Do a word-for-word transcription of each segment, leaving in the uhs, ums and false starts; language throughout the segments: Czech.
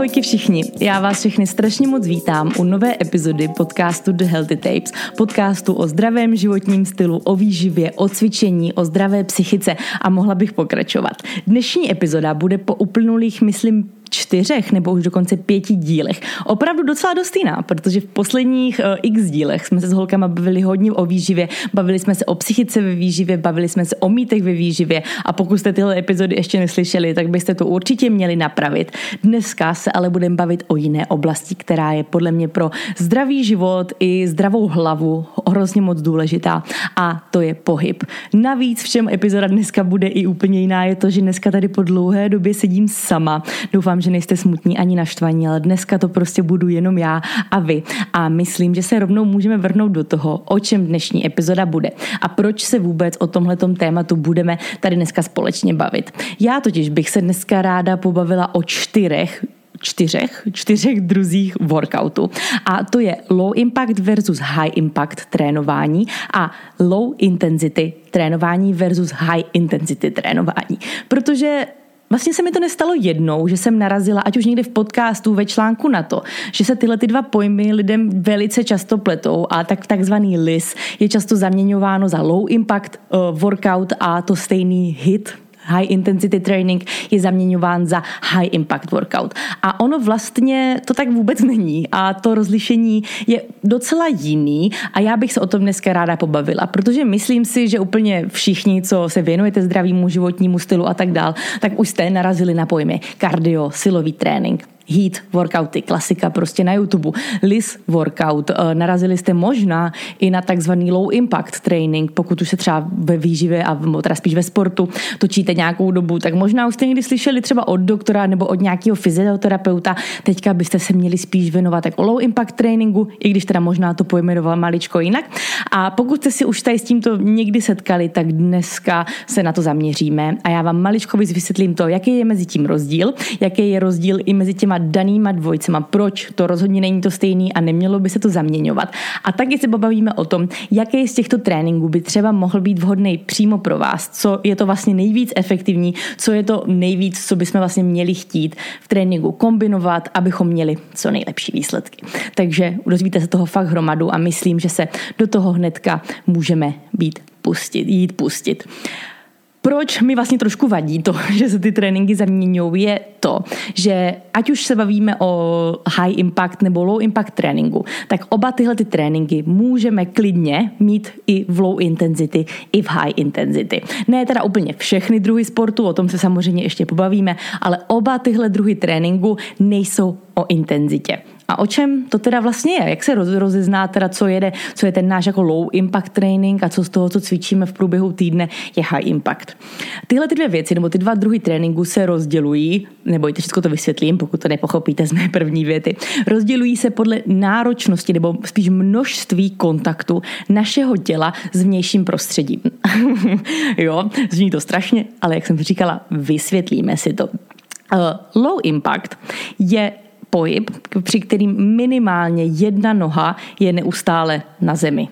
Ahojky všichni, já vás všechny strašně moc vítám u nové epizody podcastu The Healthy Tapes, podcastu o zdravém životním stylu, o výživě, o cvičení, o zdravé psychice a mohla bych pokračovat. Dnešní epizoda bude po uplynulých, myslím, čtyřech nebo už dokonce pěti dílech. Opravdu docela dost jiná, protože v posledních uh, x dílech jsme se s holkama bavili hodně o výživě, bavili jsme se o psychice ve výživě, bavili jsme se o mýtech ve výživě a pokud jste tyhle epizody ještě neslyšeli, tak byste to určitě měli napravit. Dneska se ale budeme bavit o jiné oblasti, která je podle mě pro zdravý život i zdravou hlavu hrozně moc důležitá a to je pohyb. Navíc v čem epizoda dneska bude i úplně jiná, je to, že dneska tady po dlouhé době sedím sama. Doufám, že nejste smutní ani naštvaní, ale dneska to prostě budu jenom já a vy. A myslím, že se rovnou můžeme vrhnout do toho, o čem dnešní epizoda bude a proč se vůbec o tomhletom tématu budeme tady dneska společně bavit. Já totiž bych se dneska ráda pobavila o čtyřech čtyřech, čtyřech druzích workoutu. A to je low impact versus high impact trénování a low intensity trénování versus high intensity trénování. Protože vlastně se mi to nestalo jednou, že jsem narazila, ať už někde v podcastu, ve článku na to, že se tyhle ty dva pojmy lidem velice často pletou a tak takzvaný L I S je často zaměňováno za low impact uh, workout a to stejný H I T, high intensity training, je zaměňován za high impact workout. A ono vlastně to tak vůbec není a to rozlišení je docela jiný a já bych se o tom dneska ráda pobavila, protože myslím si, že úplně všichni, co se věnujete zdravému životnímu stylu a tak dál, tak už jste narazili na pojmy kardio, silový trénink, H I T workouty, klasika prostě na YouTube, L I S workout, narazili jste možná i na takzvaný low impact training, pokud už se třeba ve výživě a teda spíš ve sportu točíte nějakou dobu, tak možná už jste někdy slyšeli třeba od doktora nebo od nějakého fyzioterapeuta, teďka byste se měli spíš věnovat jako low impact tréninku, i když teda možná to pojmenoval maličko jinak. A pokud jste si už tady s tímto někdy setkali, tak dneska se na to zaměříme a já vám maličko vysvětlím to, jaký je mezi tím rozdíl, jaký je rozdíl i mezi těma danýma dvojcema, proč to rozhodně není to stejný a nemělo by se to zaměňovat. A taky se pobavíme o tom, jaký z těchto tréninků by třeba mohl být vhodný přímo pro vás, co je to vlastně nejvíc efektivní, co je to nejvíc, co bychom vlastně měli chtít v tréninku kombinovat, abychom měli co nejlepší výsledky. Takže dozvíte se toho fakt hromadu a myslím, že se do toho hnedka můžeme být pustit, jít pustit. Proč mi vlastně trošku vadí to, že se ty tréninky zaměňují, je to, že ať už se bavíme o high impact nebo low impact tréninku, tak oba tyhle ty tréninky můžeme klidně mít i v low intensity, i v high intensity. Ne teda úplně všechny druhy sportu, o tom se samozřejmě ještě pobavíme, ale oba tyhle druhy tréninku nejsou o intenzitě. A o čem to teda vlastně je? Jak se rozezná teda, co jede, co je ten náš jako low impact training a co z toho, co cvičíme v průběhu týdne, je high impact. Tyhle ty dvě věci, nebo ty dva druhy tréninku se rozdělují, nebojte, všechno to vysvětlím, pokud to nepochopíte z mé první věty, rozdělují se podle náročnosti nebo spíš množství kontaktu našeho těla s vnějším prostředím. Jo, zní to strašně, ale jak jsem říkala, vysvětlíme si to. Uh, low impact je pohyb, při kterým minimálně jedna noha je neustále na zemi.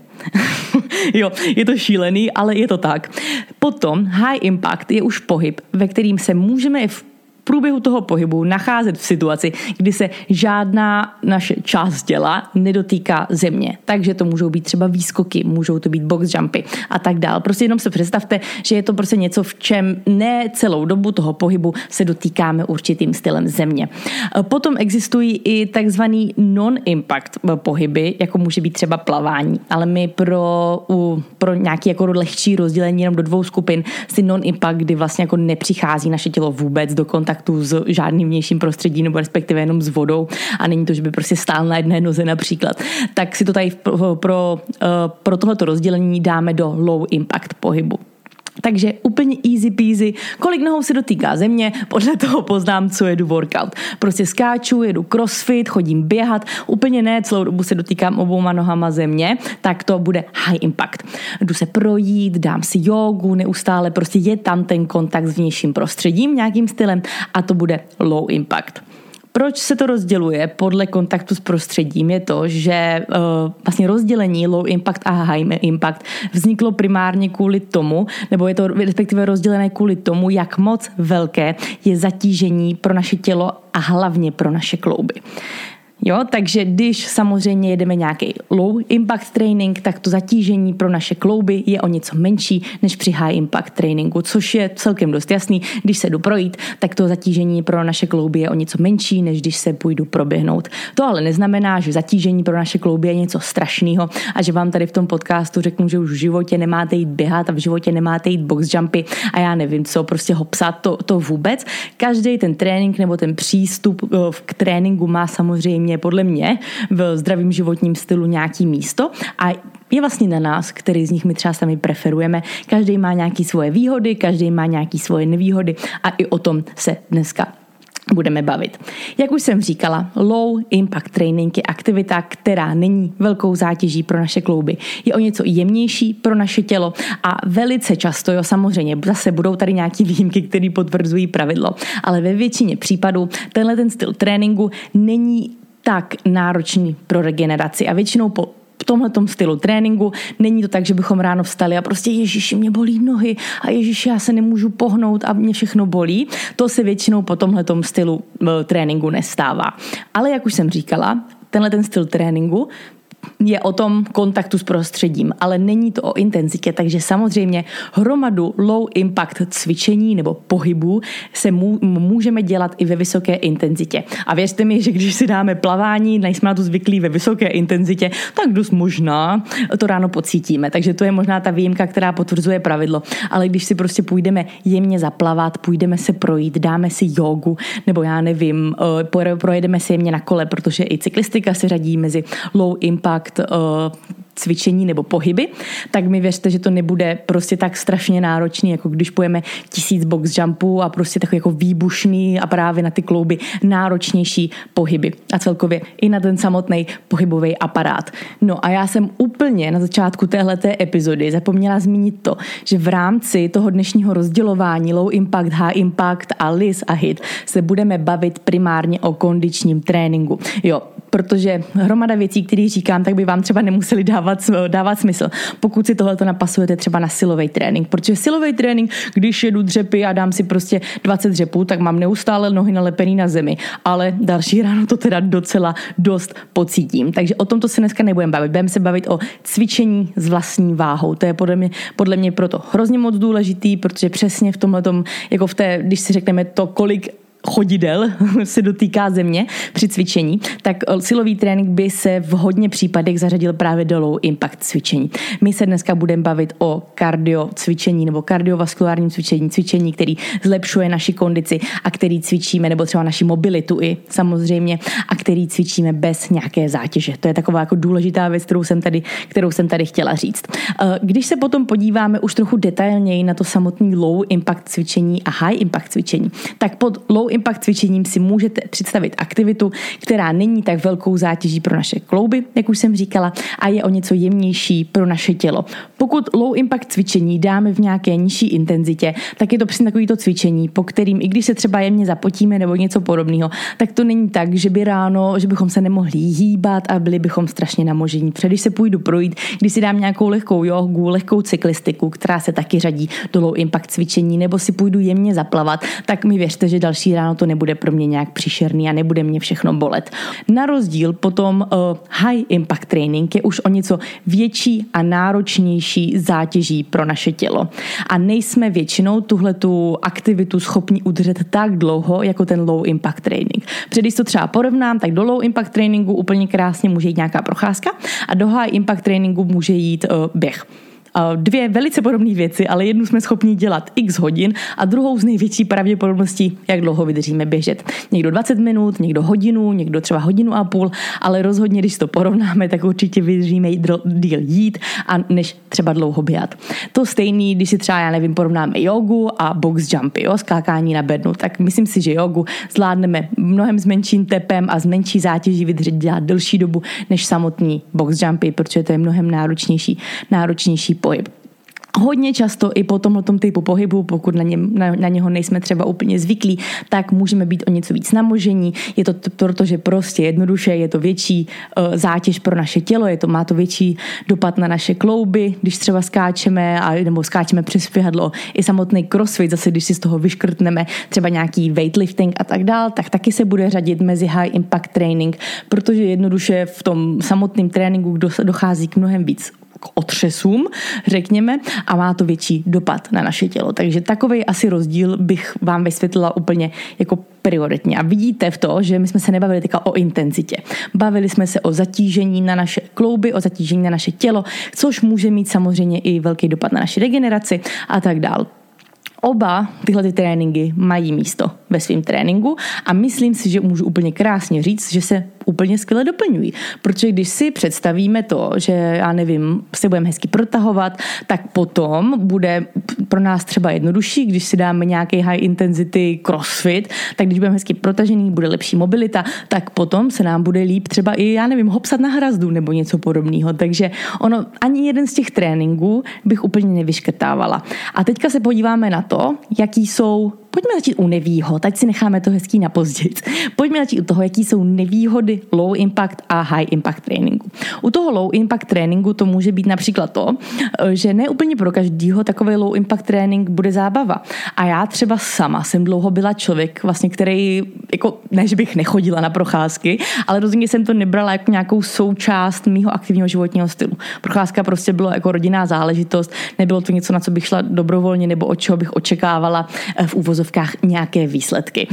Jo, je to šílený, ale je to tak. Potom high impact je už pohyb, ve kterým se můžeme v průběhu toho pohybu nacházet v situaci, kdy se žádná naše část těla nedotýká země. Takže to můžou být třeba výskoky, můžou to být box jumpy a tak dál. Prostě jenom se představte, že je to prostě něco, v čem ne celou dobu toho pohybu se dotýkáme určitým stylem země. Potom existují i takzvaný non-impact pohyby, jako může být třeba plavání, ale my pro, u, pro nějaký jako lehčí rozdělení jenom do dvou skupin si non-impact, kdy vlastně jako nepřichází naše tělo vůbec do kontaktu s žádným vnějším prostředím nebo respektive jenom s vodou a není to, že by prostě stál na jedné noze například, tak si to tady pro, pro, pro tohleto rozdělení dáme do low impact pohybu. Takže úplně easy peasy, kolik nohou se dotýká země, podle toho poznám, co jedu workout. Prostě skáču, jedu crossfit, chodím běhat, úplně ne, celou dobu se dotýkám obouma nohama země, tak to bude high impact. Jdu se projít, dám si jogu, neustále prostě je tam ten kontakt s vnějším prostředím nějakým stylem a to bude low impact. Proč se to rozděluje podle kontaktu s prostředím je to, že uh, vlastně rozdělení low impact a high impact vzniklo primárně kvůli tomu, nebo je to respektive rozdělené kvůli tomu, jak moc velké je zatížení pro naše tělo a hlavně pro naše klouby. Jo, takže když samozřejmě jedeme nějaký low impact training, tak to zatížení pro naše klouby je o něco menší než při high impact tréninku, což je celkem dost jasný. Když se jdu projít, tak to zatížení pro naše klouby je o něco menší, než když se půjdu proběhnout. To ale neznamená, že zatížení pro naše klouby je něco strašného a že vám tady v tom podcastu řeknu, že už v životě nemáte jít běhat a v životě nemáte jít box jumpy a já nevím co, prostě hopsat, to, to vůbec. Každý ten trénink nebo ten přístup k tréninku má samozřejmě podle mě v zdravém životním stylu nějaký místo a je vlastně na nás, který z nich my třeba sami preferujeme. Každý má nějaké svoje výhody, každý má nějaké svoje nevýhody a i o tom se dneska budeme bavit. Jak už jsem říkala, low impact training je aktivita, která není velkou zátěží pro naše klouby. Je o něco jemnější pro naše tělo a velice často, jo, samozřejmě, zase budou tady nějaký výjimky, které potvrzují pravidlo, ale ve většině případů tenhle ten styl tréninku není tak náročný pro regeneraci a většinou po v tomhletom stylu tréninku není to tak, že bychom ráno vstali a prostě ježiši, mě bolí nohy a ježiši, já se nemůžu pohnout a mě všechno bolí. To se většinou po tomhletom stylu tréninku nestává. Ale jak už jsem říkala, tenhle ten styl tréninku je o tom kontaktu s prostředím, ale není to o intenzitě, takže samozřejmě hromadu low impact cvičení nebo pohybů se můžeme dělat i ve vysoké intenzitě. A věřte mi, že když si dáme plavání, nejsme na to zvyklí ve vysoké intenzitě, tak dost možná to ráno pocítíme. Takže to je možná ta výjimka, která potvrzuje pravidlo. Ale když si prostě půjdeme jemně zaplavat, půjdeme se projít, dáme si jogu, nebo já nevím, projedeme si jemně na kole, protože i cyklistika se řadí mezi low impact cvičení nebo pohyby, tak mi věřte, že to nebude prostě tak strašně náročný, jako když pojeme tisíc box jumpů a prostě takový jako výbušný a právě na ty klouby náročnější pohyby a celkově i na ten samotný pohybový aparát. No a já jsem úplně na začátku téhleté epizody zapomněla zmínit to, že v rámci toho dnešního rozdělování low impact, high impact a L I S a H I T se budeme bavit primárně o kondičním tréninku. Jo, protože hromada věcí, které říkám, tak by vám třeba nemuseli dávat, dávat smysl, pokud si tohleto napasujete třeba na silový trénink. Protože silový trénink, když jedu dřepy a dám si prostě dvacet dřepů, tak mám neustále nohy nalepený na zemi, ale další ráno to teda docela dost pocítím. Takže o tomto se dneska nebudeme bavit. Budeme se bavit o cvičení s vlastní váhou. To je podle mě, podle mě proto hrozně moc důležitý, protože přesně v tomhletom, jako v té, když si řekneme to, kolik chodidel se dotýká země při cvičení, tak silový trénink by se v hodně případech zařadil právě do low impact cvičení. My se dneska budeme bavit o kardio cvičení nebo kardiovaskulárním cvičení, cvičení, který zlepšuje naši kondici a který cvičíme, nebo třeba naši mobilitu i samozřejmě, a který cvičíme bez nějaké zátěže. To je taková jako důležitá věc, kterou jsem tady, kterou jsem tady chtěla říct. Když se potom podíváme už trochu detailněji na to samotný low impact cvičení a high impact cvičení, tak pod low impact cvičením si můžete představit aktivitu, která není tak velkou zátěží pro naše klouby, jak už jsem říkala, a je o něco jemnější pro naše tělo. Pokud low impact cvičení dáme v nějaké nižší intenzitě, tak je to přesně takovýto cvičení, po kterým, i když se třeba jemně zapotíme nebo něco podobného, tak to není tak, že by ráno, že bychom se nemohli hýbat a byli bychom strašně namožení. Protože když se půjdu projít, když si dám nějakou lehkou jogu, lehkou cyklistiku, která se taky řadí do low impact cvičení, nebo si půjdu jemně zaplavat, tak mi věřte, že další ráno to nebude pro mě nějak příšerný a nebude mě všechno bolet. Na rozdíl potom uh, high impact training je už o něco větší a náročnější zátěží pro naše tělo. A nejsme většinou tuhletu aktivitu schopni udržet tak dlouho, jako ten low impact training. Protože když to třeba porovnám, tak do low impact trainingu úplně krásně může jít nějaká procházka a do high impact trainingu může jít uh, běh. Dvě velice podobné věci, ale jednu jsme schopni dělat x hodin a druhou z největší pravděpodobností, jak dlouho vydržíme běžet. Někdo dvacet minut, někdo hodinu, někdo třeba hodinu a půl, ale rozhodně, když to porovnáme, tak určitě vydržíme díl jít a než třeba dlouho běhat. To stejný, když si třeba, já nevím, porovnáme jogu a box jumpy, jo, skákání na bednu, tak myslím si, že jogu zvládneme mnohem s menším tepem a s menší zátěží vydržet dělat delší dobu než samotný box jumpy, protože to je mnohem náročnější, náročnější pohyb. Hodně často i po tomhletom typu pohybu, pokud na, ně, na, na něho nejsme třeba úplně zvyklí, tak můžeme být o něco víc namožení. Je to proto, že prostě jednoduše je to větší uh, zátěž pro naše tělo, je to, má to větší dopad na naše klouby, když třeba skáčeme a, nebo skáčeme přes švihadlo. I samotný crossfit, zase když si z toho vyškrtneme třeba nějaký weightlifting a tak dál, tak taky se bude řadit mezi high impact training, protože jednoduše v tom samotném tréninku dochází k mnohem víc k otřesům, řekněme, a má to větší dopad na naše tělo. Takže takový asi rozdíl bych vám vysvětlila úplně jako prioritně. A vidíte v to, že my jsme se nebavili teďka o intenzitě. Bavili jsme se o zatížení na naše klouby, o zatížení na naše tělo, což může mít samozřejmě i velký dopad na naši regeneraci a tak dál. Oba tyhle ty tréninky mají místo ve svém tréninku a myslím si, že můžu úplně krásně říct, že se úplně skvěle doplňují. Protože když si představíme to, že já nevím, se budeme hezky protahovat, tak potom bude pro nás třeba jednodušší, když si dáme nějaký high intensity crossfit, tak když budeme hezky protažený, bude lepší mobilita, tak potom se nám bude líp třeba i, já nevím, hopsat na hrazdu nebo něco podobného. Takže ono, ani jeden z těch tréninků bych úplně nevyškrtávala. A teďka se podíváme na to, jaký jsou, pojďme začít u nevýhod, ať si necháme to hezký na později. Pojďme začít u toho, jaký jsou nevýhody low impact a high impact tréninku. U toho low impact tréninku to může být například to, že ne úplně pro každýho takový low impact trénink bude zábava. A já třeba sama jsem dlouho byla člověk, vlastně, který, jako, ne, že bych nechodila na procházky, ale rozhodně jsem to nebrala jako nějakou součást mýho aktivního životního stylu. Procházka prostě bylo jako rodinná záležitost, nebylo to něco, na co bych šla dobrovolně nebo od čeho bych očekávala v úvozovkách nějaké výsledky.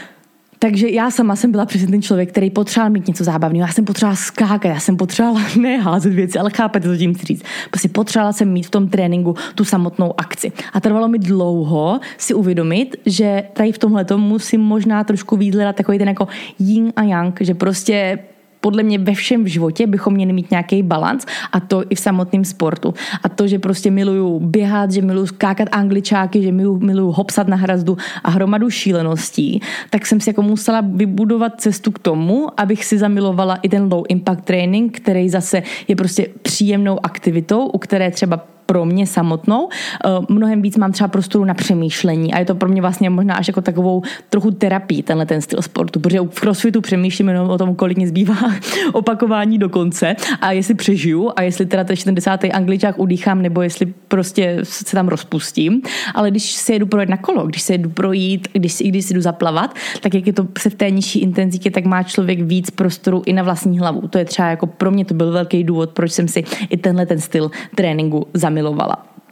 Takže já sama jsem byla přesně ten člověk, který potřeboval mít něco zábavného. Já jsem potřebovala skákat, já jsem potřebovala ne házet věci, ale chápete, co tím chci říct. Prostě potřebovala jsem mít v tom tréninku tu samotnou akci. A trvalo mi dlouho si uvědomit, že tady v tomhletom musím možná trošku výhledat takový ten jako yin a yang, že prostě podle mě ve všem v životě bychom měli mít nějaký balans a to i v samotném sportu. A to, že prostě miluju běhat, že miluju skákat angličáky, že miluju, miluju hopsat na hrazdu a hromadu šíleností, tak jsem si jako musela vybudovat cestu k tomu, abych si zamilovala i ten low impact training, který zase je prostě příjemnou aktivitou, u které třeba pro mě samotnou. Mnohem víc mám třeba prostoru na přemýšlení a je to pro mě vlastně možná až jako takovou trochu terapii, tenhle ten styl sportu, protože v crossfitu přemýšlím jenom o tom, kolik mě zbývá opakování do konce a jestli přežiju a jestli teda ten desátý angličák udýchám nebo jestli prostě se tam rozpustím. Ale když se jedu projet na kolo, když se jedu projít, když si, když si jdu zaplavat, tak jak je to se v té nižší intenzitě, tak má člověk víc prostoru i na vlastní hlavu. To je třeba jako pro mě to byl velký důvod, proč jsem si i tenhle ten styl tréninku zamilovala.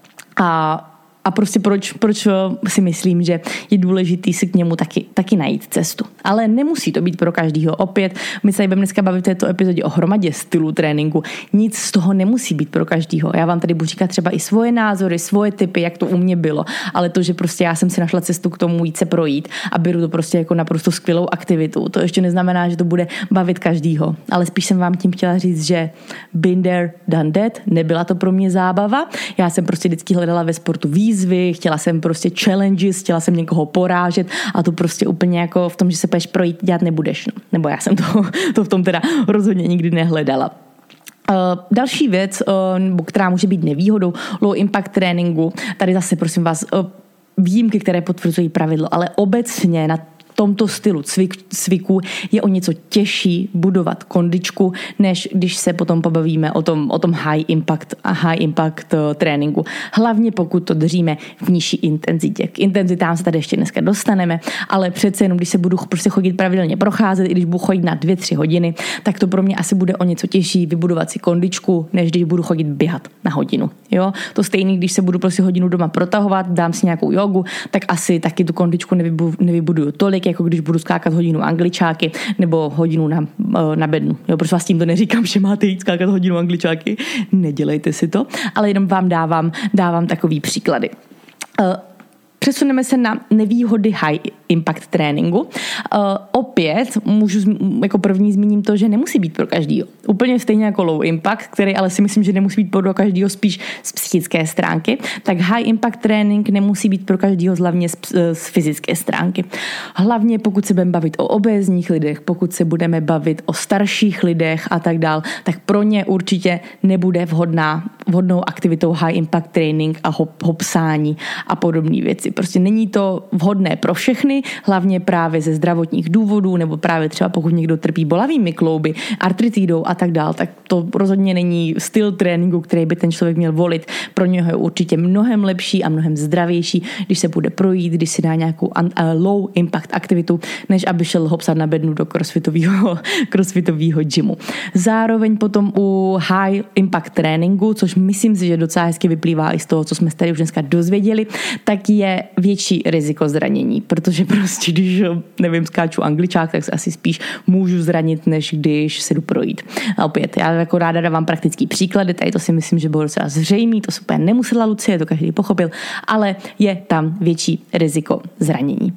A A prostě proč, proč si myslím, že je důležitý si k němu taky, taky najít cestu. Ale nemusí to být pro každýho. Opět, my se budeme dneska bavit v této epizodě o hromadě stylů tréninku. Nic z toho nemusí být pro každýho. Já vám tady budu říkat třeba i svoje názory, svoje tipy, jak to u mě bylo. Ale to, že prostě já jsem si našla cestu k tomu jít se projít a beru to prostě jako naprosto skvělou aktivitu, to ještě neznamená, že to bude bavit každýho. Ale spíš jsem vám tím chtěla říct, že been there, done that, nebyla to pro mě zábava. Já jsem prostě vždycky hledala ve sportu výzvy, chtěla jsem prostě challenges, chtěla jsem někoho porážet a to prostě úplně jako v tom, že se půjdeš projít, dělat nebudeš. No. Nebo já jsem to, to v tom teda rozhodně nikdy nehledala. Uh, další věc, uh, která může být nevýhodou low impact tréninku, tady zase prosím vás uh, výjimky, které potvrzují pravidlo, ale obecně na tomto stylu cvik, cviku je o něco těžší budovat kondičku, než když se potom pobavíme o tom, o tom high impact a high impact tréninku. Hlavně pokud to držíme v nižší intenzitě. K intenzitám se tady ještě dneska dostaneme, ale přece jenom, když se budu prostě chodit pravidelně procházet, i když budu chodit na dvě, tři hodiny, tak to pro mě asi bude o něco těžší vybudovat si kondičku, než když budu chodit běhat na hodinu. Jo? To stejný, když se budu prostě hodinu doma protahovat, dám si nějakou jogu, tak asi taky tu kondičku nevybudu, nevybuduju tolik, jako když budu skákat hodinu angličáky nebo hodinu na, na bednu. Jo, prostě vás tím to neříkám, že máte jít skákat hodinu angličáky, nedělejte si to, ale jenom vám dávám, dávám takový příklady. Přesuneme se na nevýhody high impact tréninku. Uh, opět můžu jako první zmíním to, že nemusí být pro každýho. Úplně stejně jako low impact, který ale si myslím, že nemusí být pro každýho spíš z psychické stránky, tak high impact trénink nemusí být pro každýho hlavně z, z fyzické stránky. Hlavně pokud se budeme bavit o obézních lidech, pokud se budeme bavit o starších lidech a tak dál, tak pro ně určitě nebude vhodná vhodnou aktivitou high impact training a hop, hopsání a podobné věci. Prostě není to vhodné pro všechny, hlavně právě ze zdravotních důvodů, nebo právě třeba pokud někdo trpí bolavými klouby, artritidou a tak dál, tak to rozhodně není styl tréninku, který by ten člověk měl volit. Pro něho je určitě mnohem lepší a mnohem zdravější, když se bude projít, když si dá nějakou low impact aktivitu, než aby šel hopsat na bednu do crossfitového, crossfitového gymu. Zároveň potom u high impact tréninku, což myslím si, že docela hezky vyplývá i z toho, co jsme se tady už dneska dozvěděli, tak je větší riziko zranění, protože prostě, když, nevím, skáču angličák, tak se asi spíš můžu zranit, než když se jdu projít. A opět, já jako ráda dávám praktický příklady, tady to si myslím, že bylo docela zřejmý, to super nemusela Lucie, to každý pochopil, ale je tam větší riziko zranění.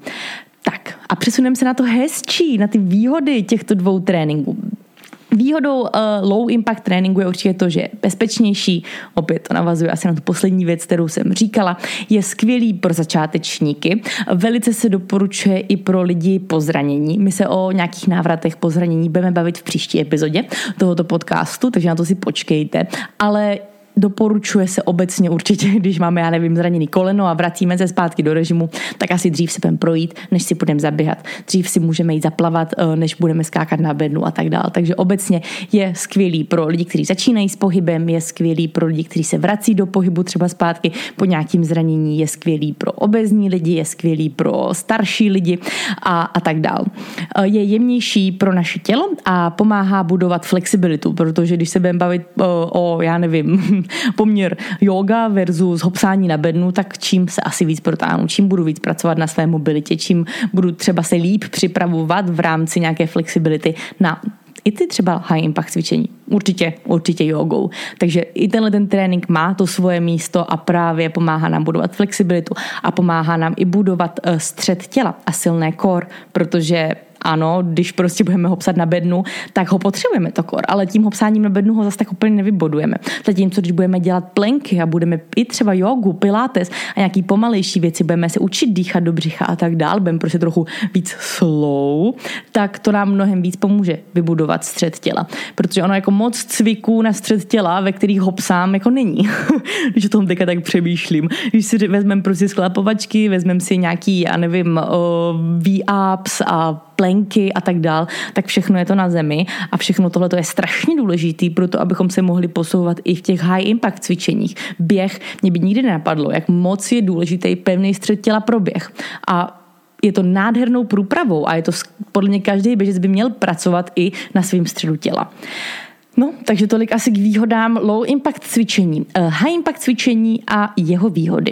Tak a přesuneme se na to hezčí, na ty výhody těchto dvou tréninků. Výhodou uh, low impact tréninku je určitě to, že je bezpečnější, opět to navazuje asi na tu poslední věc, kterou jsem říkala, je skvělý pro začátečníky, velice se doporučuje i pro lidi po zranění. My se o nějakých návratech po zranění budeme bavit v příští epizodě tohoto podcastu, takže na to si počkejte, ale doporučuje se obecně určitě, když máme, já nevím, zraněný koleno a vracíme se zpátky do režimu, tak asi dřív si budeme projít, než si budeme zaběhat. Dřív si můžeme jít zaplavat, než budeme skákat na bednu a tak dále. Takže obecně je skvělý pro lidi, kteří začínají s pohybem, je skvělý pro lidi, kteří se vrací do pohybu třeba zpátky po nějakým zranění, je skvělý pro obézní lidi, je skvělý pro starší lidi a, a tak dále. Je jemnější pro naše tělo a pomáhá budovat flexibilitu, protože když se budeme bavit o, o já nevím, poměr yoga versus hopsání na bednu, tak čím se asi víc protáhnu, čím budu víc pracovat na své mobilitě, čím budu třeba se líp připravovat v rámci nějaké flexibility na i ty třeba high impact cvičení. Určitě, určitě jogou. Takže i tenhle ten trénink má to svoje místo a právě pomáhá nám budovat flexibilitu a pomáhá nám i budovat střed těla a silné core, protože ano, když prostě budeme hopsat na bednu, tak ho potřebujeme to core, ale tím hopsáním na bednu ho zase tak úplně nevybodujeme. Zatímco, když budeme dělat plenky a budeme i třeba jogu, pilates a nějaký pomalejší věci, budeme se učit dýchat do břicha a tak dál, budeme prostě trochu víc slow, tak to nám mnohem víc pomůže vybudovat střed těla. Protože ono jako moc cviků na střed těla, ve kterých hopsám, jako není. Když o tom teďka tak přemýšlím. Když si vezmeme prostě sklapovačky, vezmeme si nějaký, já nevím, V-ups a plenky a tak dál, tak všechno je to na zemi a všechno tohle je strašně důležitý pro to, abychom se mohli posouvat i v těch high impact cvičeních. Běh mě by nikdy nenapadlo, jak moc je důležitý pevný střed těla pro běh. A je to nádhernou průpravou a je to podle mě každý běžec by měl pracovat i na svém středu těla. No, takže tolik asi k výhodám low impact cvičení. High impact cvičení a jeho výhody.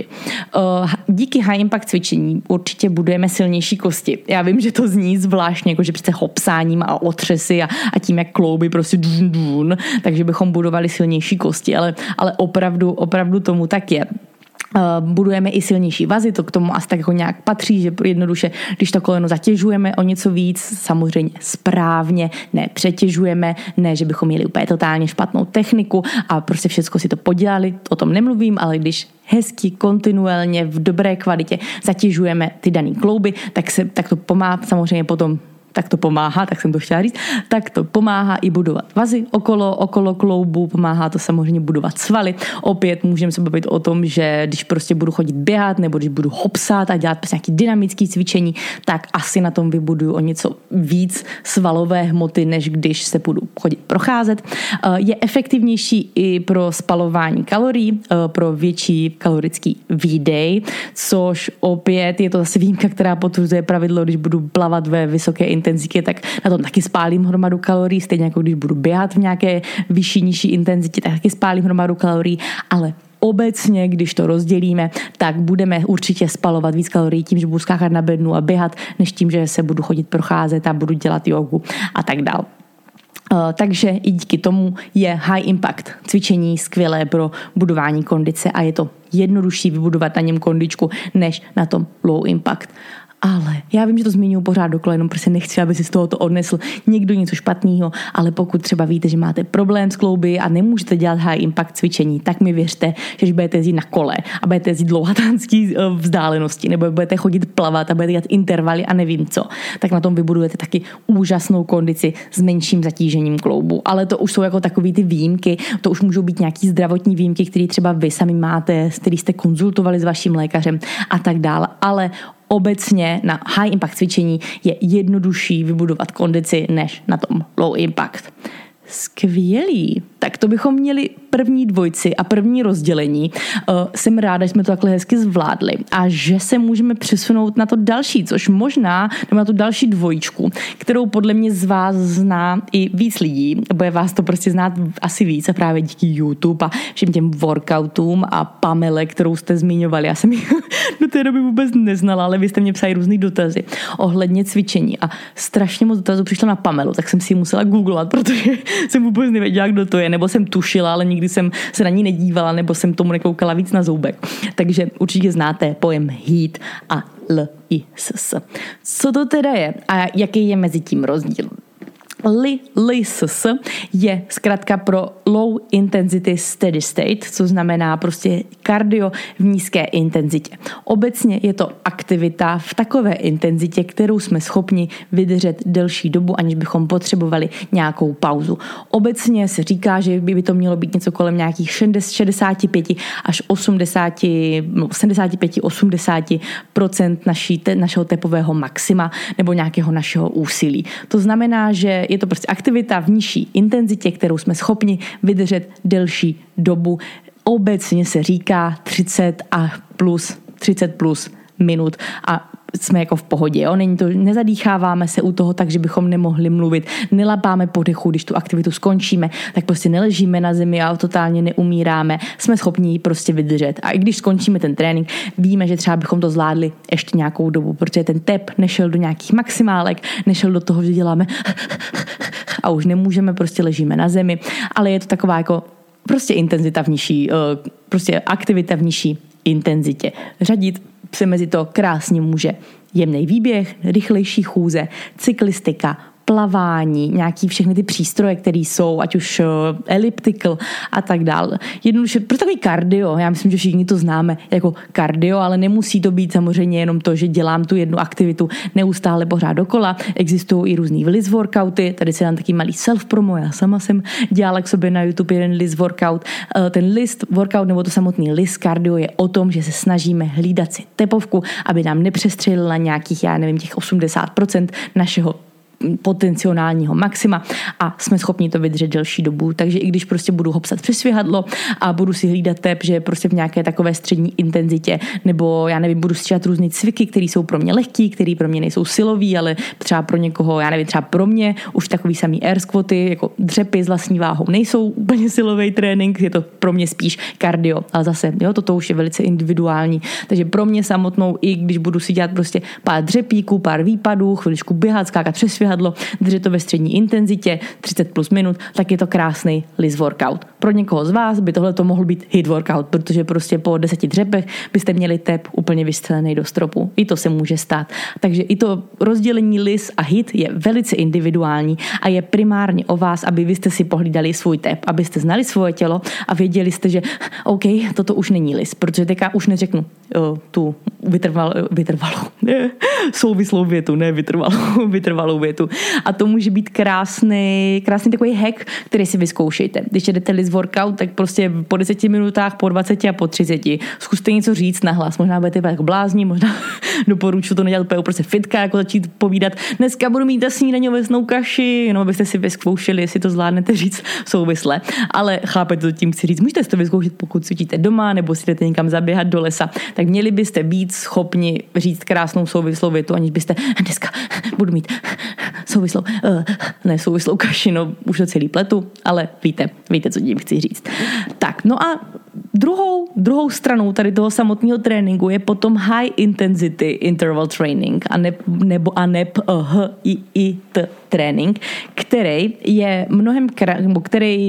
Díky high impact cvičení určitě budujeme silnější kosti. Já vím, že to zní zvláštně, jako že přece hopsáním a otřesy a, a tím, jak klouby prostě dun, dun, takže bychom budovali silnější kosti, ale, ale opravdu, opravdu tomu tak je. Budujeme i silnější vazy, to k tomu asi tak jako nějak patří, že jednoduše, když to koleno zatěžujeme o něco víc, samozřejmě správně, ne přetěžujeme, ne, že bychom měli úplně totálně špatnou techniku a prostě všechno si to podělali, o tom nemluvím, ale když hezky, kontinuálně, v dobré kvalitě zatěžujeme ty daný klouby, tak, se, tak to pomáhá samozřejmě potom tak to pomáhá, tak jsem to chtěla říct, tak to pomáhá i budovat vazy okolo, okolo kloubu, pomáhá to samozřejmě budovat svaly. Opět můžeme se bavit o tom, že když prostě budu chodit běhat, nebo když budu hopsat a dělat prostě nějaký dynamický cvičení, tak asi na tom vybuduju o něco víc svalové hmoty, než když se budu chodit procházet. Je efektivnější i pro spalování kalorií, pro větší kalorický výdej, což opět je to zase výjimka, která potvrzuje pravidlo, když budu plavat ve vysoké intenzitě, tak na tom taky spálím hromadu kalorií, stejně jako když budu běhat v nějaké vyšší, nižší intenzitě, tak taky spálím hromadu kalorií, ale obecně, když to rozdělíme, tak budeme určitě spalovat víc kalorií tím, že budu skákat na bednu a běhat, než tím, že se budu chodit procházet a budu dělat jogu a tak dál. Uh, takže i díky tomu je high impact cvičení skvělé pro budování kondice a je to jednodušší vybudovat na něm kondičku, než na tom low impact. Ale já vím, že to zmiňuji pořád dokola, jenom prostě nechci, aby si z tohoto odnesl někdo něco špatného, ale pokud třeba víte, že máte problém s klouby a nemůžete dělat high impact cvičení, tak mi věřte, že když budete jezdit na kole a budete jezdit dlouhatánský vzdálenosti, nebo budete chodit plavat a budete dělat intervaly a nevím co, tak na tom vybudujete taky úžasnou kondici s menším zatížením kloubu. Ale to už jsou jako takový ty výjimky, to už můžou být nějaký zdravotní výjimky, které třeba vy sami máte, který jste konzultovali s vaším lékařem a tak dále. Ale obecně na high impact cvičení je jednodušší vybudovat kondici než na tom low impact. Skvělý. Tak to bychom měli první dvojci a první rozdělení. Uh, jsem ráda, že jsme to takhle hezky zvládli a že se můžeme přesunout na to další, což možná, nebo na tu další dvojičku, kterou podle mě z vás zná i víc lidí. Bude vás to prostě znát asi víc a právě díky YouTube a všem těm workoutům a Pamele, kterou jste zmiňovali. Já jsem ji do té doby vůbec neznala, ale vy jste mě psali různý dotazy ohledně cvičení a strašně moc dotazů přišlo na Pamelu, tak jsem si ji musela googlovat, protože jsem vůbec nevěděla, kdo to je, nebo jsem tušila, ale nikdy jsem se na ní nedívala, nebo jsem tomu nekoukala víc na zoubek. Takže určitě znáte pojem HEAT a L I S S. Co to teda je a jaký je mezi tím rozdíl? L I S S je zkrátka pro Low Intensity Steady State, co znamená prostě kardio v nízké intenzitě. Obecně je to aktivita v takové intenzitě, kterou jsme schopni vydržet delší dobu, aniž bychom potřebovali nějakou pauzu. Obecně se říká, že by to mělo být něco kolem nějakých šedesát pět až osmdesát, sedmdesát pět až osmdesát procent naší, našeho tepového maxima nebo nějakého našeho úsilí. To znamená, že je to prostě aktivita v nižší intenzitě, kterou jsme schopni vydržet delší dobu. Obecně se říká třicet a plus, třicet plus minut a jsme jako v pohodě. Jo? Není to, nezadýcháváme se u toho tak, že bychom nemohli mluvit, nelapáme po dechu, když tu aktivitu skončíme, tak prostě neležíme na zemi a totálně neumíráme. Jsme schopni ji prostě vydržet. A i když skončíme ten trénink, víme, že třeba bychom to zvládli ještě nějakou dobu, protože ten tep nešel do nějakých maximálek, nešel do toho, že děláme a už nemůžeme, prostě ležíme na zemi, ale je to taková jako prostě intenzita v nižší, prostě aktivita v nižší intenzitě. Řadit se mezi to krásně může jemný výběh, rychlejší chůze, cyklistika, plavání, nějaký všechny ty přístroje, které jsou, ať už elliptical a tak dále. Jednoduše, pro takový kardio, já myslím, že všichni to známe jako kardio, ale nemusí to být samozřejmě jenom to, že dělám tu jednu aktivitu neustále pořád dokola. Existují i různý list workouty, tady se dám taky malý self-promo, já sama jsem dělala k sobě na YouTube jeden list workout. Ten list workout nebo to samotný list kardio je o tom, že se snažíme hlídat si tepovku, aby nám nepřestřelila nějakých, já nevím, těch osmdesát procent našeho potenciálního maxima a jsme schopni to vydržet delší dobu. Takže i když prostě budu hopsat přes svěhadlo a budu si hlídat tep, že prostě v nějaké takové střední intenzitě, nebo já nevím, budu stříhat různý cviky, které jsou pro mě lehký, které pro mě nejsou silový, ale třeba pro někoho, já nevím, třeba pro mě už takový samý air squaty, jako dřepy s vlastní váhou nejsou úplně silový trénink, je to pro mě spíš kardio. Ale zase, jo, toto už je velice individuální. Takže pro mě samotnou, i když budu si dělat prostě pár dřepíků, pár výpadů, chviličku běhat, skákat přes svěhadlo, držet to ve střední intenzitě, třicet plus minut, tak je to krásný list workout. Pro někoho z vás by tohle to mohl být hit workout, protože prostě po deseti dřepech byste měli tep úplně vystřelený do stropu. I to se může stát. Takže i to rozdělení list a hit je velice individuální a je primárně o vás, aby vy jste si pohlídali svůj tep, abyste znali svoje tělo a věděli jste, že OK, toto už není list, protože teďka už neřeknu uh, tu vytrval, vytrvalou, ne, souvislou větu, ne vytrvalou, vytrvalou větu. A to může být krásný, krásný takový hack, který si vyzkoušejte. Když jdete list workout, tak prostě po deseti minutách, po dvaceti a po třiceti zkuste něco říct nahlas. Možná budete jako blázni, možná doporučuji to nedělat úplně prostě fitka, jako začít povídat. Dneska budu mít snídaňovesnou kaši, jenom abyste si vyzkoušeli, jestli to zvládnete říct souvisle. Ale chápete, to tím chci říct. Můžete si to vyzkoušet, pokud cvičíte doma nebo si jdete někam zaběhat do lesa. Tak měli byste být schopni říct krásnou souvislou větu, aniž byste dneska budu mít souvislou, uh, ne souvislou kaši, no už to celý pletu, ale víte, víte, co tím chci říct. Tak, no a druhou, druhou stranou tady toho samotného tréninku je potom high intensity interval training a ne, nebo a neb uh, h i i t trénink, který je mnohem, který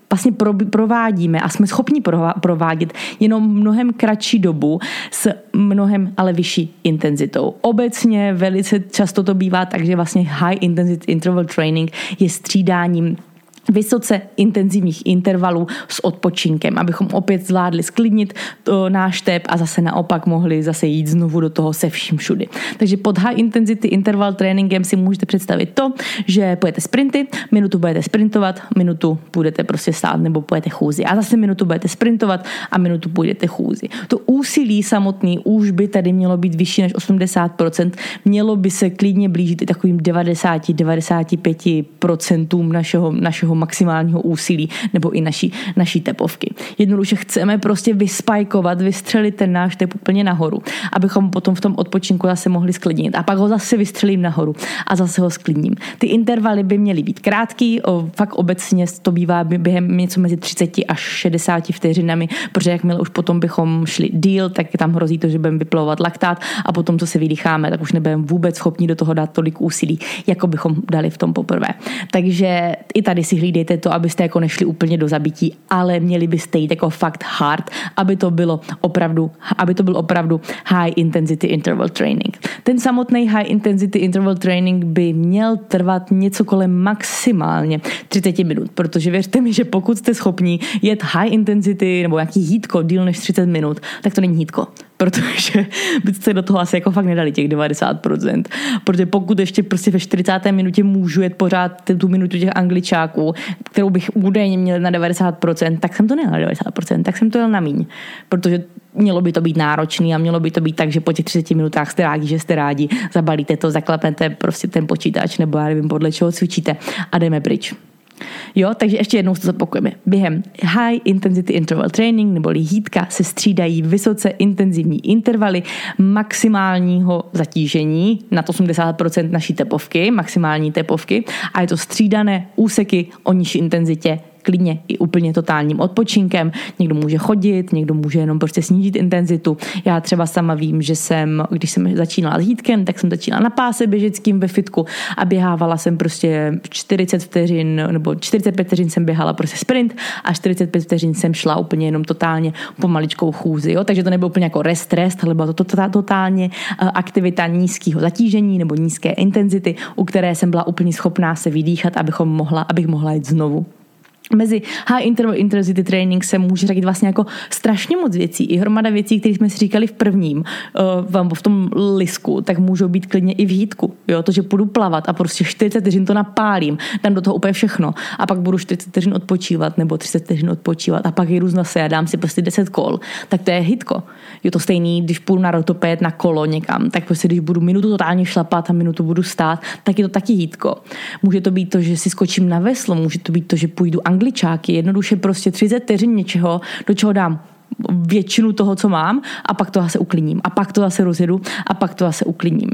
vlastně provádíme a jsme schopni provádět jenom mnohem kratší dobu s mnohem ale vyšší intenzitou. Obecně velice často to bývá tak, že vlastně high intensity interval training je střídáním vysoce intenzivních intervalů s odpočinkem, abychom opět zvládli sklidnit to, náš tep a zase naopak mohli zase jít znovu do toho se vším všudy. Takže pod high intensity interval tréninkem si můžete představit to, že půjdete sprinty, minutu budete sprintovat, minutu půjdete prostě stát nebo půjdete chůzi a zase minutu budete sprintovat a minutu půjdete chůzi. To úsilí samotný už by tady mělo být vyšší než osmdesát procent, mělo by se klidně blížit i takovým devadesát až devadesát pět procent našeho, našeho maximálního úsilí nebo i naší, naší tepovky. Jednoduše chceme prostě vyspajkovat, vystřelit ten náš tep úplně nahoru, abychom potom v tom odpočinku zase mohli sklidnit a pak ho zase vystřelím nahoru a zase ho sklidním. Ty intervaly by měly být krátký, o, fakt obecně to bývá během něco mezi třicet až šedesát vteřinami, protože jakmile už potom bychom šli díl, tak tam hrozí to, že budeme vyplavovat laktát a potom, co se vydýcháme, tak už nebudeme vůbec schopni do toho dát tolik úsilí, jako bychom dali v tom poprvé. Takže i tady si hlídejte to, abyste jako nešli úplně do zabití, ale měli byste jít jako fakt hard, aby to bylo opravdu, aby to byl opravdu high intensity interval training. Ten samotný high intensity interval training by měl trvat něco kolem maximálně třicet minut, protože věřte mi, že pokud jste schopni jet high intensity nebo nějaký hítko díl než třicet minut, tak to není hítko. Protože byste do toho asi jako fakt nedali těch devadesát procent. Protože pokud ještě prostě ve čtyřicáté minutě můžu jet pořád tu minutu těch angličáků, kterou bych údajně měl na devadesát procent, tak jsem to nejel na devadesát procent, tak jsem to jel na míň. Protože mělo by to být náročný a mělo by to být tak, že po těch třiceti minutách jste rádi, že jste rádi, zabalíte to, zaklepnete prostě ten počítač nebo já nevím, podle čeho cvičíte a jdeme pryč. Jo, takže ještě jednou to zopakujeme. Během high intensity interval training neboli hítka se střídají vysoce intenzivní intervaly maximálního zatížení nad osmdesát procent naší tepovky, maximální tepovky a je to střídané úseky o nižší intenzitě klidně i úplně totálním odpočinkem. Někdo může chodit, někdo může jenom prostě snížit intenzitu. Já třeba sama vím, že jsem, když jsem začínala s hítkem, tak jsem začínala na páse běžeckým ve fitku a běhávala jsem prostě čtyřicet vteřin, nebo čtyřicet pět vteřin jsem běhala prostě sprint a čtyřicet pět vteřin jsem šla úplně jenom totálně pomaličkou chůzi. Jo? Takže to nebylo úplně jako rest, rest, ale byla to totálně aktivita nízkého zatížení nebo nízké intenzity, u které jsem byla úplně schopná se vydýchat, abychom mohla, abych mohla jít znovu. Mezi high interval intensity training se může řadit vlastně jako strašně moc věcí. I hromada věcí, které jsme si říkali v prvním, uh, v tom lisku, tak můžou být klidně i v hítku. Jo? To, že půjdu plavat a prostě čtyřicet vteřin to napálím, dám do toho úplně všechno a pak budu čtyřicet vteřin odpočívat nebo třicet vteřin odpočívat a pak jdu zase a dám si prostě deset kol, tak to je hitko. Je to stejný, když půjdu na rotoped na kolo někam, tak prostě když budu minutu totálně šlapat a minutu budu stát, tak je to taky hitko. Může to být to, že si skočím na veslo, může to být to, že půjdu angličáky, jednoduše prostě třicet vteřin něčeho, do čeho dám většinu toho, co mám a pak to zase uklidním a pak to zase rozjedu a pak to zase uklidním.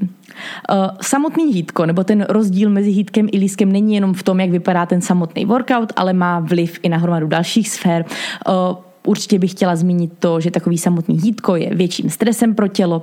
Samotný hítko, nebo ten rozdíl mezi hítkem i lískem není jenom v tom, jak vypadá ten samotný workout, ale má vliv i na hromadu dalších sfér. Určitě bych chtěla zmínit to, že takový samotný hítko je větším stresem pro tělo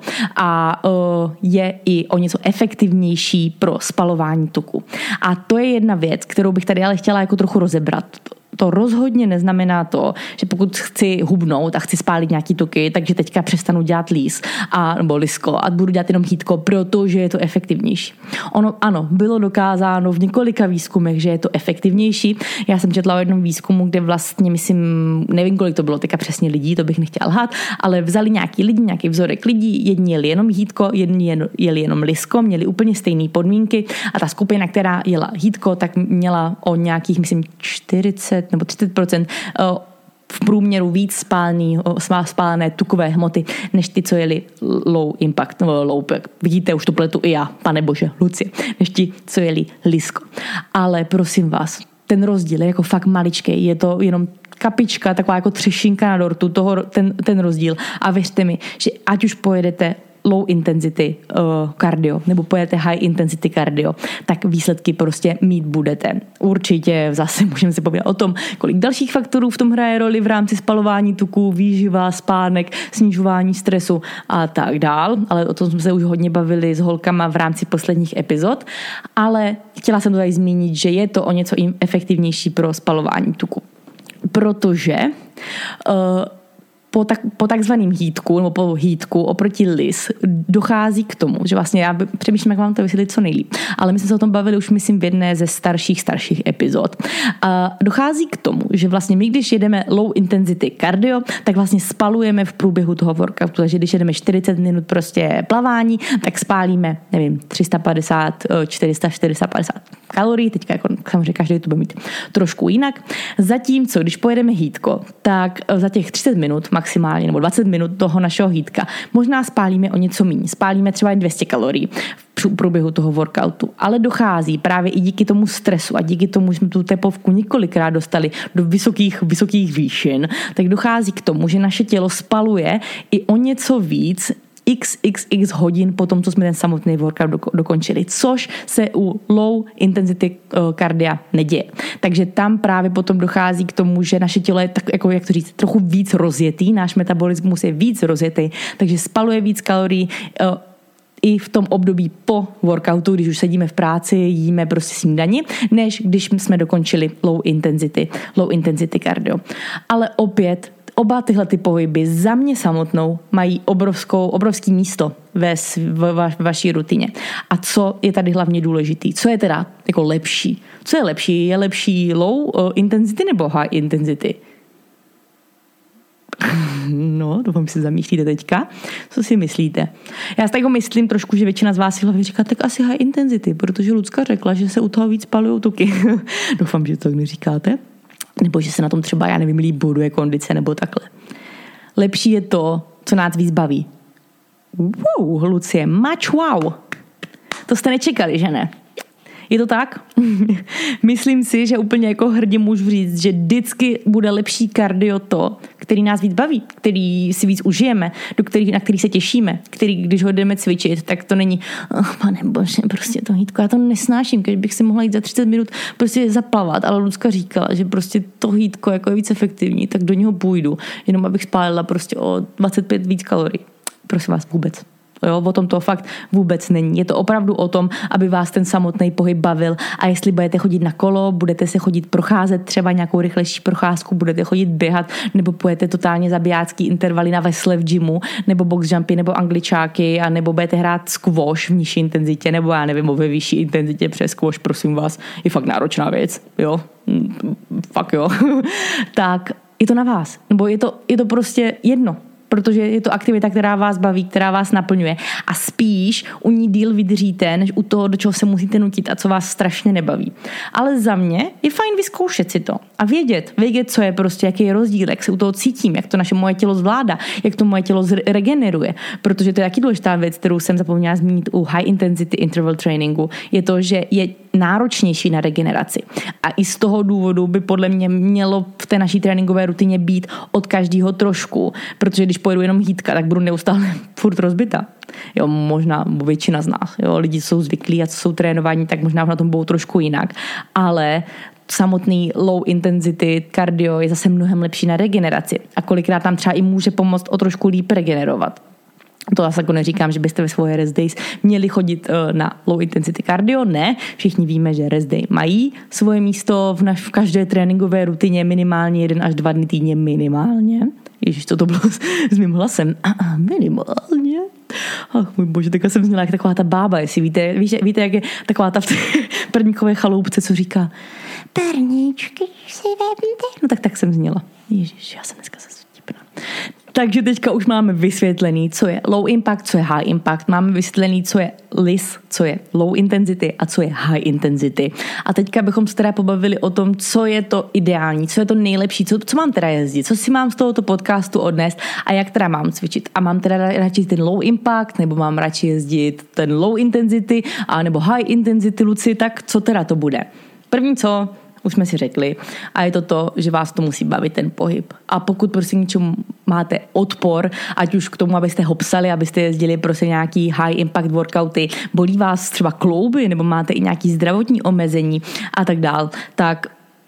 a uh, je i o něco efektivnější pro spalování tuku. A to je jedna věc, kterou bych tady ale chtěla jako trochu rozebrat. To rozhodně neznamená to, že pokud chci hubnout a chci spálit nějaký tuky, takže teďka přestanu dělat líz a, nebo lisko a budu dělat jenom hítko, protože je to efektivnější. Ono ano, bylo dokázáno v několika výzkumech, že je to efektivnější. Já jsem četla o jednom výzkumu, kde vlastně, myslím, nevím, kolik to bylo teďka přesně lidí, to bych nechtěla lhát, ale vzali nějaký lidi, nějaký vzorek lidí, jedni jeli jenom hítko, jedni jeli jenom lisko, měli úplně stejné podmínky a ta skupina, která jela hítko, tak měla o nějakých, myslím, čtyřicet nebo třicet procent v průměru víc spálný, spálené tukové hmoty, než ty, co jeli low impact, low pack. Vidíte, už to pletu i já, pane bože, Lucie, než ti, co jeli lisko. Ale prosím vás, ten rozdíl je jako fakt maličkej, je to jenom kapička, taková jako třešinka na dortu, toho, ten, ten rozdíl. A věřte mi, že ať už pojedete low intensity uh, cardio nebo pojedete high intensity cardio, tak výsledky prostě mít budete. Určitě zase můžeme si povědět o tom, kolik dalších faktorů v tom hraje roli v rámci spalování tuků, výživa, spánek, snižování stresu a tak dál, ale o tom jsme se už hodně bavili s holkama v rámci posledních epizod, ale chtěla jsem to tady zmínit, že je to o něco efektivnější pro spalování tuku. protože uh, po, tak, po takzvaném hítku, nebo po hítku oproti lis dochází k tomu, že vlastně já přemýšlím, jak vám to vysvětlit co nejlíp, ale my jsme se o tom bavili už myslím v jedné ze starších, starších epizod. A dochází k tomu, že vlastně my, když jedeme low intensity cardio, tak vlastně spalujeme v průběhu toho workoutu, takže když jedeme čtyřicet minut prostě plavání, tak spálíme, nevím, tři sta padesát, čtyři sta, čtyři sta padesát kalorií, teďka jako samozřejmě každý to bude mít trošku jinak. Zatímco, když pojedeme hítko, tak za těch třicet minut maximálně, nebo dvacet minut toho našeho hítka, možná spálíme o něco méně. Spálíme třeba jen dvě stě kalorií v průběhu toho workoutu, ale dochází právě i díky tomu stresu a díky tomu, že jsme tu tepovku několikrát dostali do vysokých, vysokých výšin, tak dochází k tomu, že naše tělo spaluje i o něco víc x x x hodin po tom, co jsme ten samotný workout dokončili, což se u low intensity kardia neděje. Takže tam právě potom dochází k tomu, že naše tělo je tak, jako jak to říct, trochu víc rozjetý, náš metabolismus je víc rozjetý, takže spaluje víc kalorií i v tom období po workoutu, když už sedíme v práci, jíme prostě snídani, než když jsme dokončili low intensity, low intensity cardio. Ale opět oba tyhle ty pohyby za mě samotnou mají obrovskou, obrovský místo ve, v, va, v vaší rutině. A co je tady hlavně důležitý? Co je teda jako lepší? Co je lepší? Je lepší low uh, intensity nebo high intensity? No, doufám, že si zamýšlíte teďka. Co si myslíte? Já si tak myslím trošku, že většina z vás si hlavně říká, tak asi high intensity, protože Lucka řekla, že se u toho víc palujou tuky. Doufám, že to tak neříkáte. Nebo že se na tom třeba, já nevím, líp buduje kondice nebo takhle. Lepší je to, co nás víc baví. Wow, Lucie, much wow. To jste nečekali, že ne? Je to tak? Myslím si, že úplně jako hrdě můžu říct, že vždycky bude lepší kardio to, který nás víc baví, který si víc užijeme, do který, na který se těšíme, který, když ho jdeme cvičit, tak to není, oh, pane bože, prostě to hýtko, já to nesnáším, když bych si mohla jít za třicet minut prostě zaplavat, ale Lucka říkala, že prostě to hýtko jako je víc efektivní, tak do něho půjdu, jenom abych spálila prostě o dvacet pět víc kalorií. Prosím vás, vůbec. Jo, o tom to fakt vůbec není. Je to opravdu o tom, aby vás ten samotný pohyb bavil a jestli budete chodit na kolo, budete se chodit procházet třeba nějakou rychlejší procházku, budete chodit běhat, nebo půjdete totálně zabijácký intervaly na vesle v gymu, nebo box jumpy, nebo angličáky, a nebo budete hrát squash v nižší intenzitě, nebo já nevím, ve vyšší intenzitě přes squash, prosím vás, je fakt náročná věc, jo, fakt jo, tak je to na vás, nebo je to, je to prostě jedno. Protože je to aktivita, která vás baví, která vás naplňuje. A spíš u ní díl vydržíte, než u toho, do čeho se musíte nutit a co vás strašně nebaví. Ale za mě je fajn vyzkoušet si to a vědět, vědět, co je prostě, jaký je rozdíl, jak se u toho cítím, jak to naše moje tělo zvládá, jak to moje tělo regeneruje. Protože to je taky důležitá věc, kterou jsem zapomněla zmínit u high intensity interval trainingu, je to, že je náročnější na regeneraci. A i z toho důvodu by podle mě mělo v té naší tréninkové rutině být od každého trošku, protože když pojedu jenom hýtka, tak budu neustále furt rozbita. Jo, možná většina z nás. Jo, lidi jsou zvyklí a co jsou trénovaní, tak možná na tom budou trošku jinak. Ale samotný low intensity cardio je zase mnohem lepší na regeneraci. A kolikrát tam třeba i může pomoct o trošku líp regenerovat. To zase jako neříkám, že byste ve svoje rest days měli chodit na low intensity cardio, ne. Všichni víme, že rest day mají svoje místo v, naš, v každé tréninkové rutině minimálně jeden až dva dny týdně minimálně. Ježiš, co to bylo s mým hlasem? Minimálně. Ach, můj bože, takhle jsem zněla jak taková ta bába, jestli víte, víte, víte jak je taková ta v té perníkové chaloupce, co říká perníčky si vemte. No tak tak jsem zněla. Ježiš, já jsem dneska zase vtipná. Takže teďka už máme vysvětlený, co je low impact, co je high impact. Máme vysvětlený, co je L I S, co je low intensity a co je high intensity. A teďka bychom se teda pobavili o tom, co je to ideální, co je to nejlepší, co, co mám teda jezdit, co si mám z tohoto podcastu odnést a jak teda mám cvičit. A mám teda radši ten low impact, nebo mám radši jezdit ten low intensity, a nebo high intensity, Luci, tak co teda to bude? První co, už jsme si řekli, a je to to, že vás to musí bavit ten pohyb. A pokud prostě něčemu máte odpor, ať už k tomu, abyste hopsali, abyste jezdili prostě nějaký high impact workouty, bolí vás třeba klouby, nebo máte i nějaký zdravotní omezení a tak dál, tak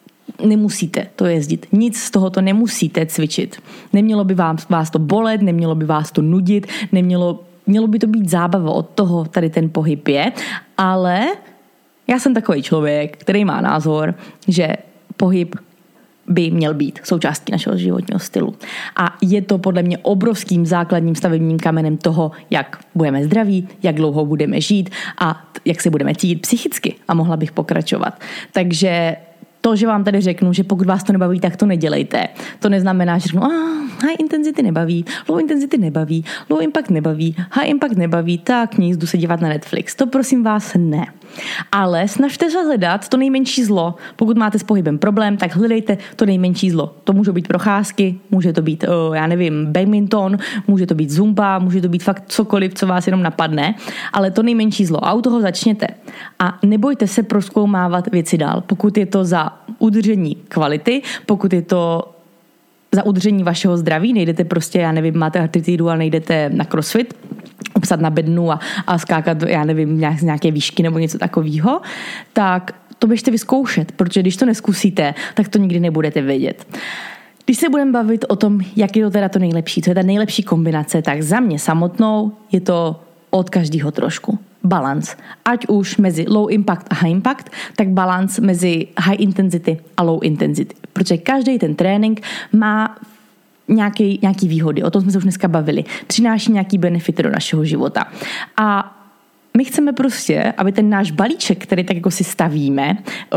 nemusíte to jezdit. Nic z toho to nemusíte cvičit. Nemělo by vám, vás to bolet, nemělo by vás to nudit, nemělo, mělo by to být zábava, od toho tady ten pohyb je, ale já jsem takový člověk, který má názor, že pohyb by měl být součástí našeho životního stylu. A je to podle mě obrovským základním stavebním kamenem toho, jak budeme zdraví, jak dlouho budeme žít a jak se budeme cítit psychicky. A mohla bych pokračovat. Takže to, že vám tady řeknu, že pokud vás to nebaví, tak to nedělejte. To neznamená, že řeknu, ah, high intensity nebaví, low intensity nebaví, low impact nebaví, high impact nebaví, tak nic, jdu se dívat na Netflix. To prosím vás ne. Ale snažte se hledat to nejmenší zlo. Pokud máte s pohybem problém, tak hledejte to nejmenší zlo. To můžou být procházky, může to být, oh, já nevím, badminton, může to být zumba, může to být fakt cokoliv, co vás jenom napadne, ale to nejmenší zlo. A u toho začněte. A nebojte se prozkoumávat věci dál. Pokud je to za udržení kvality, pokud je to za udržení vašeho zdraví, nejdete prostě, já nevím, máte artritidu a nejdete na crossfit, obsat na bednu a, a skákat, já nevím, nějak, z nějaké výšky nebo něco takového, tak to běžte vyzkoušet, protože když to neskusíte, tak to nikdy nebudete vědět. Když se budeme bavit o tom, jak je to teda to nejlepší, co je ta nejlepší kombinace, tak za mě samotnou je to od každého trošku. Balance. Ať už mezi low impact a high impact, tak balance mezi high intensity a low intensity. Protože každý ten trénink má nějaký, nějaký výhody. O tom jsme se už dneska bavili. Přináší nějaký benefity do našeho života. A my chceme prostě, aby ten náš balíček, který tak jako si stavíme,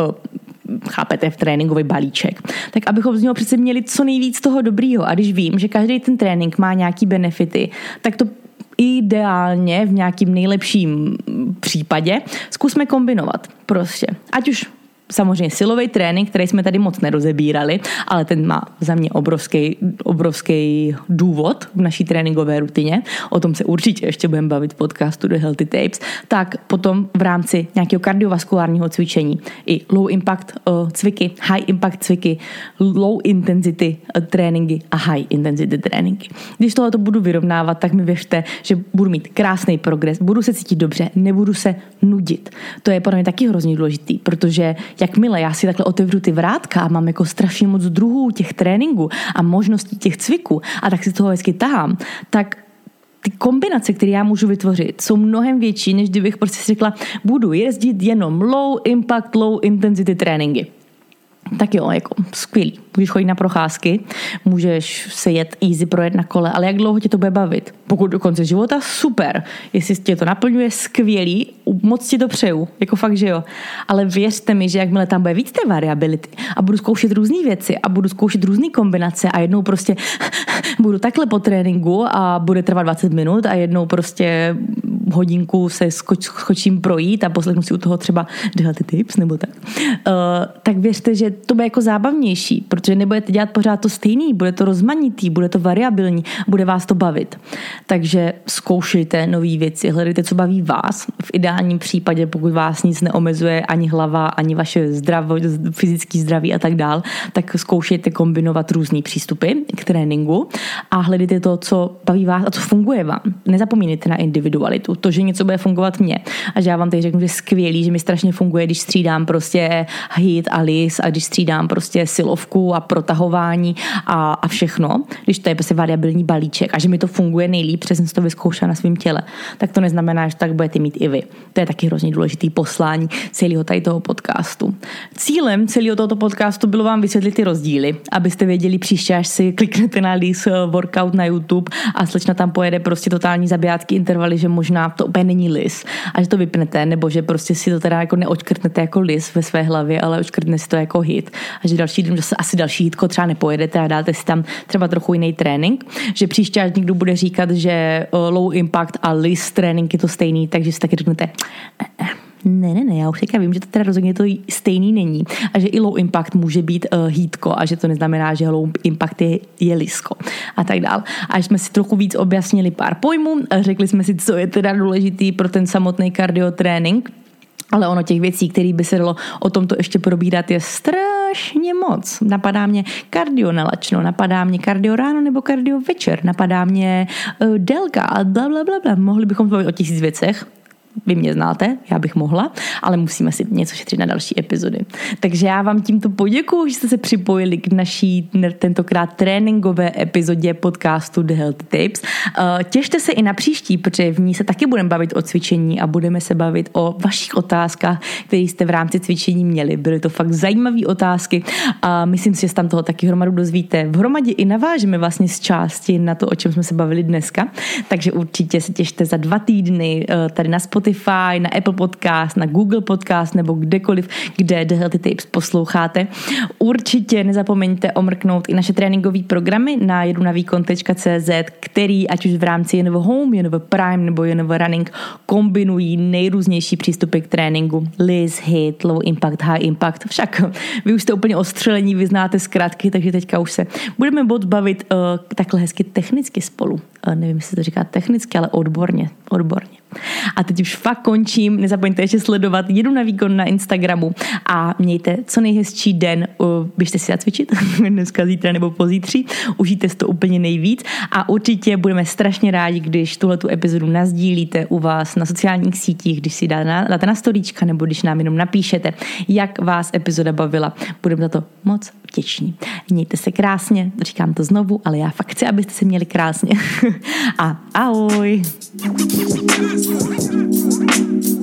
chápete, v tréninkový balíček, tak abychom z něho přece měli co nejvíc toho dobrýho. A když vím, že každý ten trénink má nějaký benefity, tak to ideálně v nějakým nejlepším případě zkusme kombinovat prostě. Ať už samozřejmě silový trénink, který jsme tady moc nerozebírali, ale ten má za mě obrovský, obrovský důvod v naší tréninkové rutině. O tom se určitě ještě budeme bavit v podcastu The Healthy Tapes. Tak potom v rámci nějakého kardiovaskulárního cvičení i low impact uh, cviky, high impact cviky, low intensity uh, tréninky a high intensity tréninky. Když tohleto budu vyrovnávat, tak mi věřte, že budu mít krásný progres, budu se cítit dobře, nebudu se nudit. To je pro mě taky hrozně důležitý, protože jakmile já si takhle otevřu ty vrátka a mám jako strašně moc druhů těch tréninků a možností těch cviků a tak si toho hezky tahám, tak ty kombinace, které já můžu vytvořit, jsou mnohem větší, než kdybych prostě si řekla, budu jezdit jenom low impact, low intensity tréninky. Tak jo, jako skvělý. Můžeš chodit na procházky, můžeš se jet easy projet na kole, ale jak dlouho tě to bude bavit? Pokud do konce života, super. Jestli tě to naplňuje, skvělý, moc ti to přeju, jako fakt, že jo. Ale věřte mi, že jakmile tam bude víc té variability a budu zkoušet různé věci a budu zkoušet různé kombinace a jednou prostě budu takhle po tréninku a bude trvat dvacet minut a jednou prostě hodinku se skoč, skočím projít a poslechnu si u toho třeba Healthy Tapes nebo tak. Uh, tak věřte, že to bude jako zábavnější, protože nebudete dělat pořád to stejný, bude to rozmanitý, bude to variabilní, bude vás to bavit. Takže zkoušejte nové věci, hledejte, co baví vás. V ideálním případě, pokud vás nic neomezuje, ani hlava, ani vaše zdravo, fyzické zdraví a tak dál, tak zkoušejte kombinovat různý přístupy k tréninku a hledejte to, co baví vás a co funguje vám. Nezapomínejte na individualitu. To, že něco bude fungovat mně. A že já vám teď řeknu, že skvělý, že mi strašně funguje, když střídám prostě hit a lis a když střídám prostě silovku a protahování a, a všechno, když to je prostě variabilní balíček a že mi to funguje nejlíp, protože jsem to vyzkoušela na svém těle, tak to neznamená, že tak budete mít i vy. To je taky hrozně důležitý poslání celého tady toho podcastu. Cílem celého tohoto podcastu bylo vám vysvětlit ty rozdíly, abyste věděli příště, až si kliknete na lis workout na YouTube a slečna tam pojede prostě totální zabijácký intervaly, že možná to úplně není lis a že to vypnete, nebo že prostě si to teda jako neočkrtnete jako lis ve své hlavě, ale očkrtnete si to jako hit a že další den zase asi další hitko třeba nepojedete a dáte si tam třeba trochu jiný trénink, že příště až někdo bude říkat, že low impact a lis trénink je to stejný, takže si taky řeknete ne, ne, ne, já už teďka vím, že to teda rozhodně to stejný není a že i low impact může být uh, hítko a že to neznamená, že low impact je, je lisko a tak dál. A jsme si trochu víc objasnili pár pojmů, řekli jsme si, co je teda důležitý pro ten samotný kardiotrénink, ale ono těch věcí, které by se dalo o tomto ještě probírat, je strašně moc. Napadá mě kardio nalačno, napadá mě kardio ráno nebo kardio večer, napadá mě uh, délka a bla, bla, bla, bla. Mohli bychom mluvit o tisíc věcech. vy mě znáte, já bych mohla, ale musíme si něco šetřit na další epizody. Takže já vám tímto poděkuju, že jste se připojili k naší tentokrát tréninkové epizodě podcastu The Healthy Tapes. Těšte se i na příští, protože v ní se taky budeme bavit o cvičení a budeme se bavit o vašich otázkách, které jste v rámci cvičení měli. Byly to fakt zajímavé otázky a myslím si, že tam toho taky hromadu dozvíte. V hromadě i navážeme vlastně z části na to, o čem jsme se bavili dneska, takže určitě se těšte za dva týdny tady na Spotify, na Apple Podcast, na Google Podcast nebo kdekoliv, kde The Healthy Tapes posloucháte. Určitě nezapomeňte omrknout i naše tréninkové programy na jedunavýkon tečka cé zet, který ať už v rámci J N V Home, J N V Prime nebo J N V Running kombinují nejrůznější přístupy k tréninku. L I S, H I I T, Low Impact, High Impact. Však vy už jste úplně ostřelení, vy znáte zkratky, takže teďka už se budeme bavit uh, takhle hezky technicky spolu. Uh, nevím, jestli to říká technicky, ale odborně. Odborně. A teď už fakt končím. Nezapomeňte ještě sledovat Jedu na výkon na Instagramu a mějte co nejhezčí den. Běžte si zacvičit dneska, zítra nebo pozítří. Užijte si to úplně nejvíc a určitě budeme strašně rádi, když tuhletu epizodu nasdílíte u vás na sociálních sítích, když si dáte na, dáte na storíčka nebo když nám jenom napíšete, jak vás epizoda bavila. Budeme za to moc vděční. Mějte se krásně, říkám to znovu, ale já fakt chci, abyste se měli krásně. A ahoj! Thank you.